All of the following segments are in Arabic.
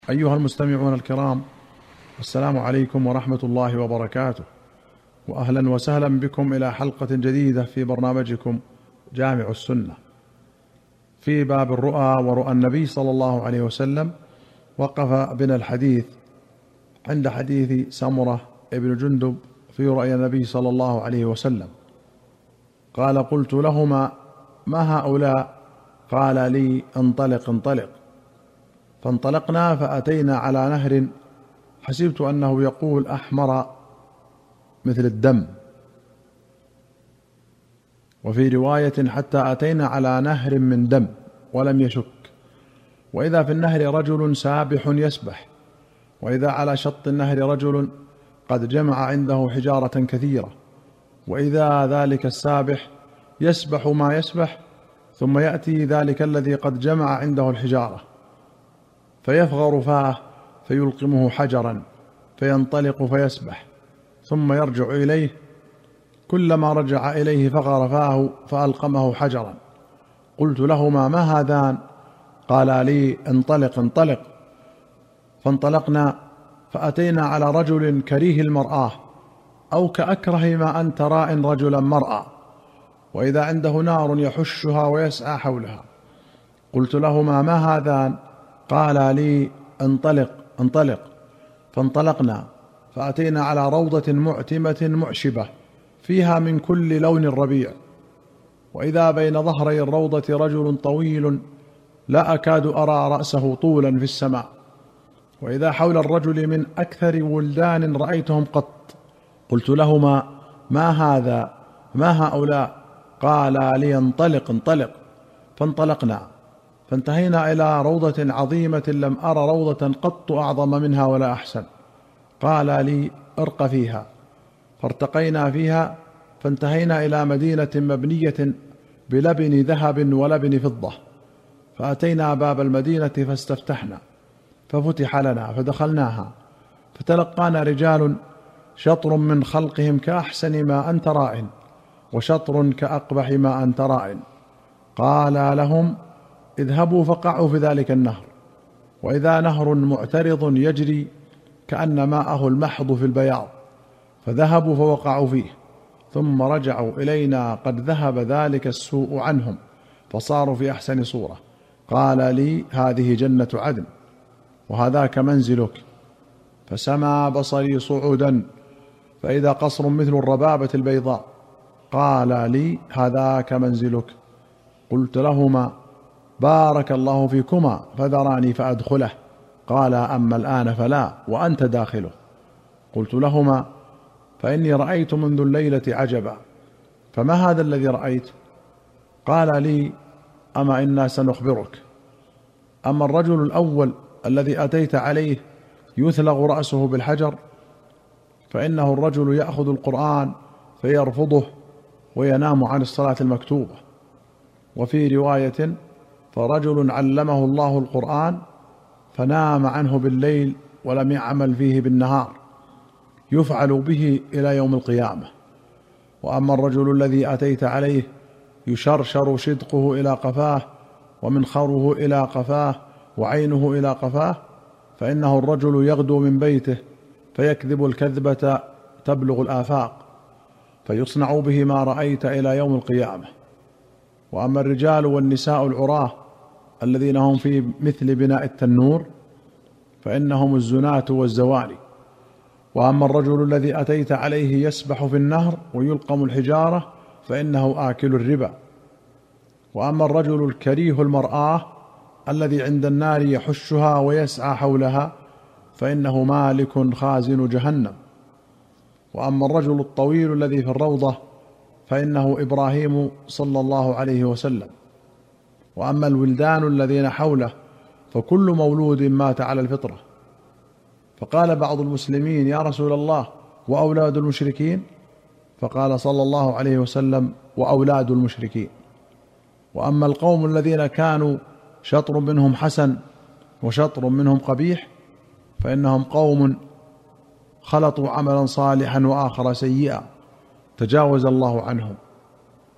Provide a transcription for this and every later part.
أيها المستمعون الكرام، السلام عليكم ورحمة الله وبركاته، وأهلا وسهلا بكم إلى حلقة جديدة في برنامجكم جامع السنة. في باب الرؤى ورؤى النبي صلى الله عليه وسلم وقف بنا الحديث عند حديث سمرة ابن جندب في رؤيا النبي صلى الله عليه وسلم. قال: قلت لهما: ما هؤلاء؟ قال لي: انطلق انطلق. فانطلقنا فأتينا على نهر حسبت أنه يقول أحمر مثل الدم، وفي رواية حتى أتينا على نهر من دم، ولم يشك. وإذا في النهر رجل سابح يسبح، وإذا على شط النهر رجل قد جمع عنده حجارة كثيرة، وإذا ذلك السابح يسبح ما يسبح، ثم يأتي ذلك الذي قد جمع عنده الحجارة فيفغر فاه فيلقمه حجرا فينطلق فيسبح، ثم يرجع إليه، كلما رجع إليه فغر فاه فألقمه حجرا. قلت لهما: ما هذان؟ قال لي: انطلق انطلق. فانطلقنا فأتينا على رجل كريه المرآة، أو كأكره ما أنت راء رجلا مرأى، وإذا عنده نار يحشها ويسعى حولها. قلت لهما: ما هذان؟ قال لي: انطلق انطلق. فانطلقنا فأتينا على روضة معتمة معشبة فيها من كل لون ربيع، وإذا بين ظهري الروضة رجل طويل لا أكاد أرى رأسه طولا في السماء، وإذا حول الرجل من أكثر ولدان رأيتهم قط. قلت لهما: ما هذا؟ ما هؤلاء؟ قال لي: انطلق انطلق. فانطلقنا فانتهينا إلى روضة عظيمة لم أر روضة قط أعظم منها ولا أحسن. قال لي: ارق فيها. فارتقينا فيها فانتهينا إلى مدينة مبنية بلبن ذهب ولبن فضة، فأتينا باب المدينة فاستفتحنا ففتح لنا فدخلناها، فتلقانا رجال شطر من خلقهم كأحسن ما أنت راء، وشطر كأقبح ما أنت راء. قال لهم: اذهبوا فقعوا في ذلك النهر، وإذا نهر معترض يجري كأن ماءه المحض في البياض، فذهبوا فوقعوا فيه، ثم رجعوا إلينا قد ذهب ذلك السوء عنهم، فصاروا في أحسن صورة. قال لي: هذه جنة عدن، وهذاك منزلك. فسمى بصري صعودا فإذا قصر مثل الربابة البيضاء. قال لي: هذاك منزلك. قلت لهما: بارك الله فيكما، فذراني فأدخله. قال: أما الآن فلا، وأنت داخله. قلت لهما: فإني رأيت منذ الليلة عجبا. فما هذا الذي رأيت؟ قال لي: أما إنا سنخبرك. أما الرجل الأول الذي أتيت عليه يثلغ رأسه بالحجر، فإنه الرجل يأخذ القرآن فيرفضه وينام عن الصلاة المكتوبة. وفي رواية: فرجل علمه الله القرآن فنام عنه بالليل ولم يعمل فيه بالنهار، يفعل به إلى يوم القيامة. وأما الرجل الذي أتيت عليه يشرشر شدقه إلى قفاه، ومنخره إلى قفاه، وعينه إلى قفاه، فإنه الرجل يغدو من بيته فيكذب الكذبة تبلغ الآفاق، فيصنع به ما رأيت إلى يوم القيامة. وأما الرجال والنساء العراه الذين هم في مثل بناء التنور فإنهم الزناة والزواني. وأما الرجل الذي أتيت عليه يسبح في النهر ويلقم الحجارة فإنه آكل الربا. وأما الرجل الكريه المرآة الذي عند النار يحشها ويسعى حولها فإنه مالك خازن جهنم. وأما الرجل الطويل الذي في الروضة فإنه إبراهيم صلى الله عليه وسلم. وأما الولدان الذين حوله فكل مولود مات على الفطرة. فقال بعض المسلمين: يا رسول الله، وأولاد المشركين؟ فقال صلى الله عليه وسلم: وأولاد المشركين. وأما القوم الذين كانوا شطر منهم حسن وشطر منهم قبيح فإنهم قوم خلطوا عملا صالحا وآخر سيئا تجاوز الله عنهم.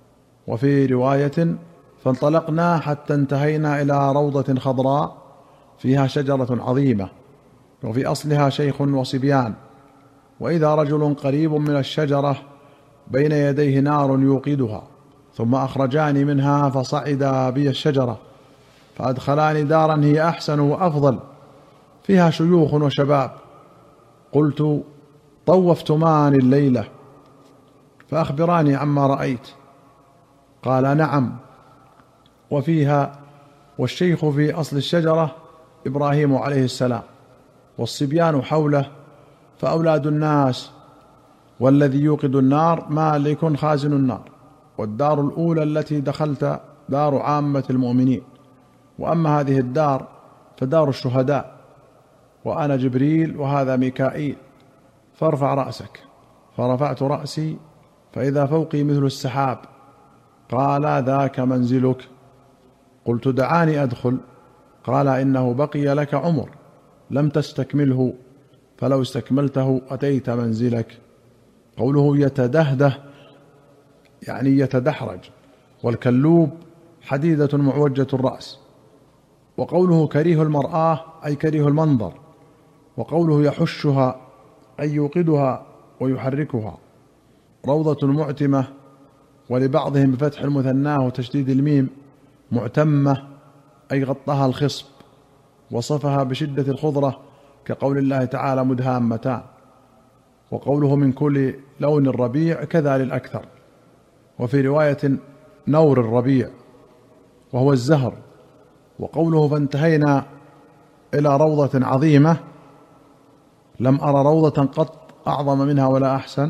وفي رواية: فانطلقنا حتى انتهينا إلى روضة خضراء فيها شجرة عظيمة وفي أصلها شيخ وصبيان، وإذا رجل قريب من الشجرة بين يديه نار يوقدها، ثم أخرجاني منها فصعدا بي الشجرة فأدخلاني دارا هي أحسن وأفضل فيها شيوخ وشباب. قلت: طوفتمان الليلة فأخبراني عما رأيت. قال: نعم، وفيها والشيخ في أصل الشجرة إبراهيم عليه السلام، والصبيان حوله فأولاد الناس، والذي يوقد النار مالك خازن النار، والدار الأولى التي دخلت دار عامة المؤمنين، وأما هذه الدار فدار الشهداء، وأنا جبريل وهذا ميكائيل، فارفع رأسك. فرفعت رأسي فإذا فوقي مثل السحاب. قال: ذاك منزلك. قلت: دعاني أدخل. قال: إنه بقي لك عمر لم تستكمله، فلو استكملته أتيت منزلك. قوله يتدهده يعني يتدحرج، والكلوب حديدة معوجة الرأس. وقوله كريه المرآة أي كريه المنظر. وقوله يحشها أي يوقدها ويحركها. روضة معتمة، ولبعضهم بفتح المثناه وتشديد الميم معتمة أي غطاها الخصب، وصفها بشدة الخضرة كقول الله تعالى مدهامتان. وقوله من كل لون الربيع كذا للأكثر. وفي رواية نور الربيع وهو الزهر. وقوله فانتهينا إلى روضة عظيمة لم أرى روضة قط أعظم منها ولا أحسن.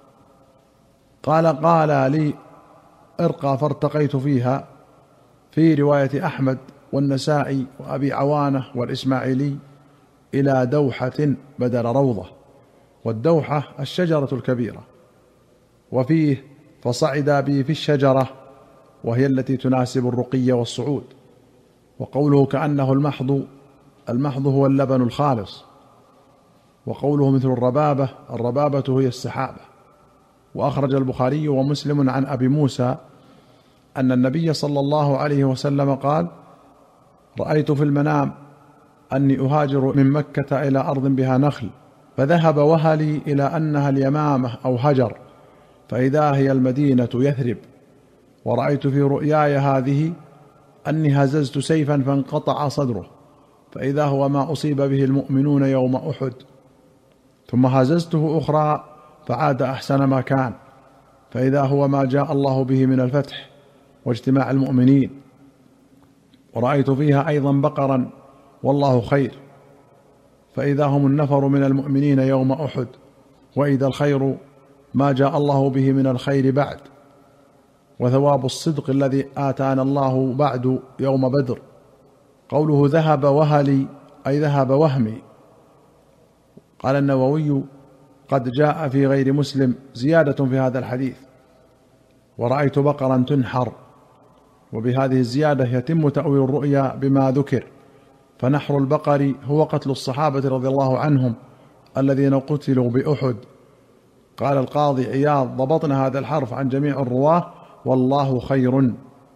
قال لي ارقى فارتقيت فيها. في رواية أحمد والنسائي وأبي عوانة والإسماعيلي إلى دوحة بدل روضة، والدوحة الشجرة الكبيرة. وفيه فصعد بي في الشجرة، وهي التي تناسب الرقي والصعود. وقوله كأنه المحض هو اللبن الخالص. وقوله مثل الربابة، الربابة هي السحابة. وأخرج البخاري ومسلم عن أبي موسى أن النبي صلى الله عليه وسلم قال: رأيت في المنام أني أهاجر من مكة إلى أرض بها نخل، فذهب وهلي إلى أنها اليمامة أو هجر، فإذا هي المدينة يثرب. ورأيت في رؤياي هذه أني هززت سيفا فانقطع صدره، فإذا هو ما أصيب به المؤمنون يوم أحد، ثم هززته أخرى فعاد أحسن ما كان، فإذا هو ما جاء الله به من الفتح واجتماع المؤمنين. ورأيت فيها أيضا بقرا والله خير، فإذا هم النفر من المؤمنين يوم أحد، وإذا الخير ما جاء الله به من الخير بعد، وثواب الصدق الذي آتانا الله بعد يوم بدر. قوله ذهب وهلي أي ذهب وهمي. قال النووي: قد جاء في غير مسلم زيادة في هذا الحديث: ورأيت بقرا تنحر. وبهذه الزيادة يتم تأويل الرؤيا بما ذكر، فنحر البقر هو قتل الصحابة رضي الله عنهم الذين قتلوا بأحد. قال القاضي عياض: ضبطنا هذا الحرف عن جميع الرواه والله خير.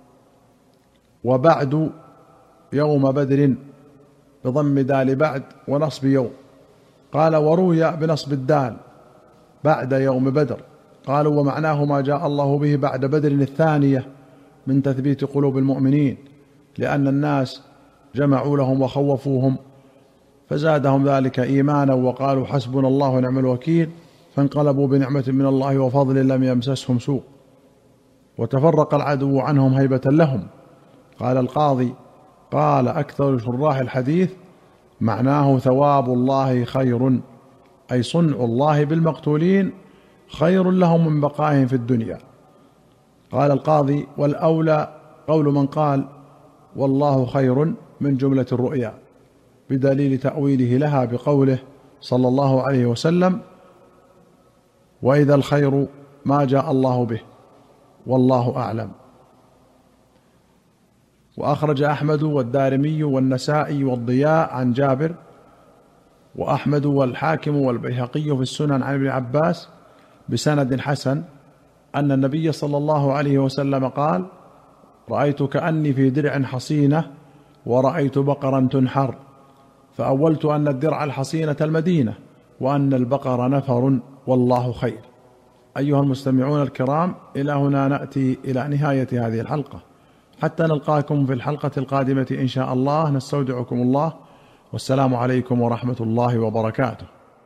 وبعد يوم بدر بضم دال بعد ونصب يوم. قال: وروي بنصب الدال بعد يوم بدر. قالوا: ومعناه ما جاء الله به بعد بدر الثانية من تثبيت قلوب المؤمنين، لأن الناس جمعوا لهم وخوفوهم فزادهم ذلك إيمانا وقالوا حسبنا الله ونعم الوكيل، فانقلبوا بنعمة من الله وفضل لم يمسسهم سوء، وتفرق العدو عنهم هيبة لهم. قال القاضي: قال أكثر شراح الحديث معناه ثواب الله خير، أي صنع الله بالمقتولين خير لهم من بقائهم في الدنيا. قال القاضي: والأولى قول من قال والله خير من جملة الرؤيا، بدليل تأويله لها بقوله صلى الله عليه وسلم: وإذا الخير ما جاء الله به والله أعلم. وأخرج أحمد والدارمي والنسائي والضياء عن جابر، وأحمد والحاكم والبيهقي في السنن عن ابن عباس بسند حسن أن النبي صلى الله عليه وسلم قال: رأيت كأني في درع حصينة ورأيت بقرا تنحر فأولت أن الدرع الحصينة المدينة، وأن البقر نفر، والله خير. أيها المستمعون الكرام، إلى هنا نأتي إلى نهاية هذه الحلقة، حتى نلقاكم في الحلقة القادمة إن شاء الله. نستودعكم الله، والسلام عليكم ورحمة الله وبركاته.